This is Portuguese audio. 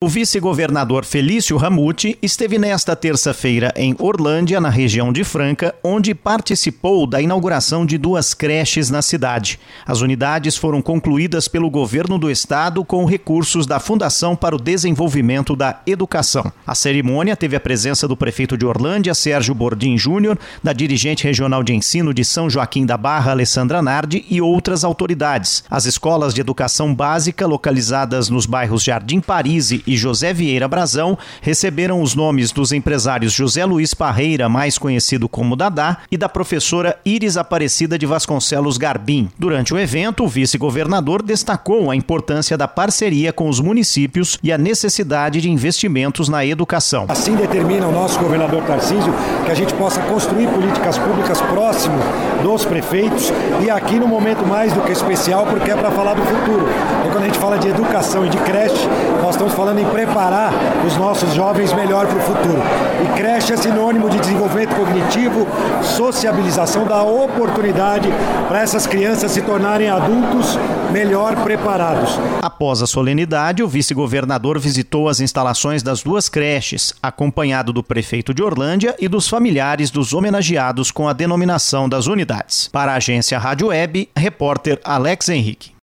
O vice-governador Felício Ramute esteve nesta terça-feira em Orlândia, na região de Franca, onde participou da inauguração de 2 creches na cidade. As unidades foram concluídas pelo governo do estado com recursos da Fundação para o Desenvolvimento da Educação. A cerimônia teve a presença do prefeito de Orlândia, Sérgio Bordim Júnior, da dirigente regional de ensino de São Joaquim da Barra, Alessandra Nardi, e outras autoridades. As escolas de educação básica, localizadas nos bairros Jardim Paris e José Vieira Brazão, receberam os nomes dos empresários José Luiz Parreira, mais conhecido como Dadá, e da professora Iris Aparecida de Vasconcelos Garbim. Durante o evento, o vice-governador destacou a importância da parceria com os municípios e a necessidade de investimentos na educação. Assim determina o nosso governador Tarcísio que a gente possa construir políticas públicas próximo dos prefeitos, e aqui no momento mais do que especial, porque é para falar do futuro. E quando a gente fala de educação e de creche, nós estamos falando em preparar os nossos jovens melhor para o futuro. E creche é sinônimo de desenvolvimento cognitivo, sociabilização, da oportunidade para essas crianças se tornarem adultos melhor preparados. Após a solenidade, o vice-governador visitou as instalações das 2 creches, acompanhado do prefeito de Orlândia e dos familiares dos homenageados com a denominação das unidades. Para a agência Rádio Web, repórter Alex Henrique.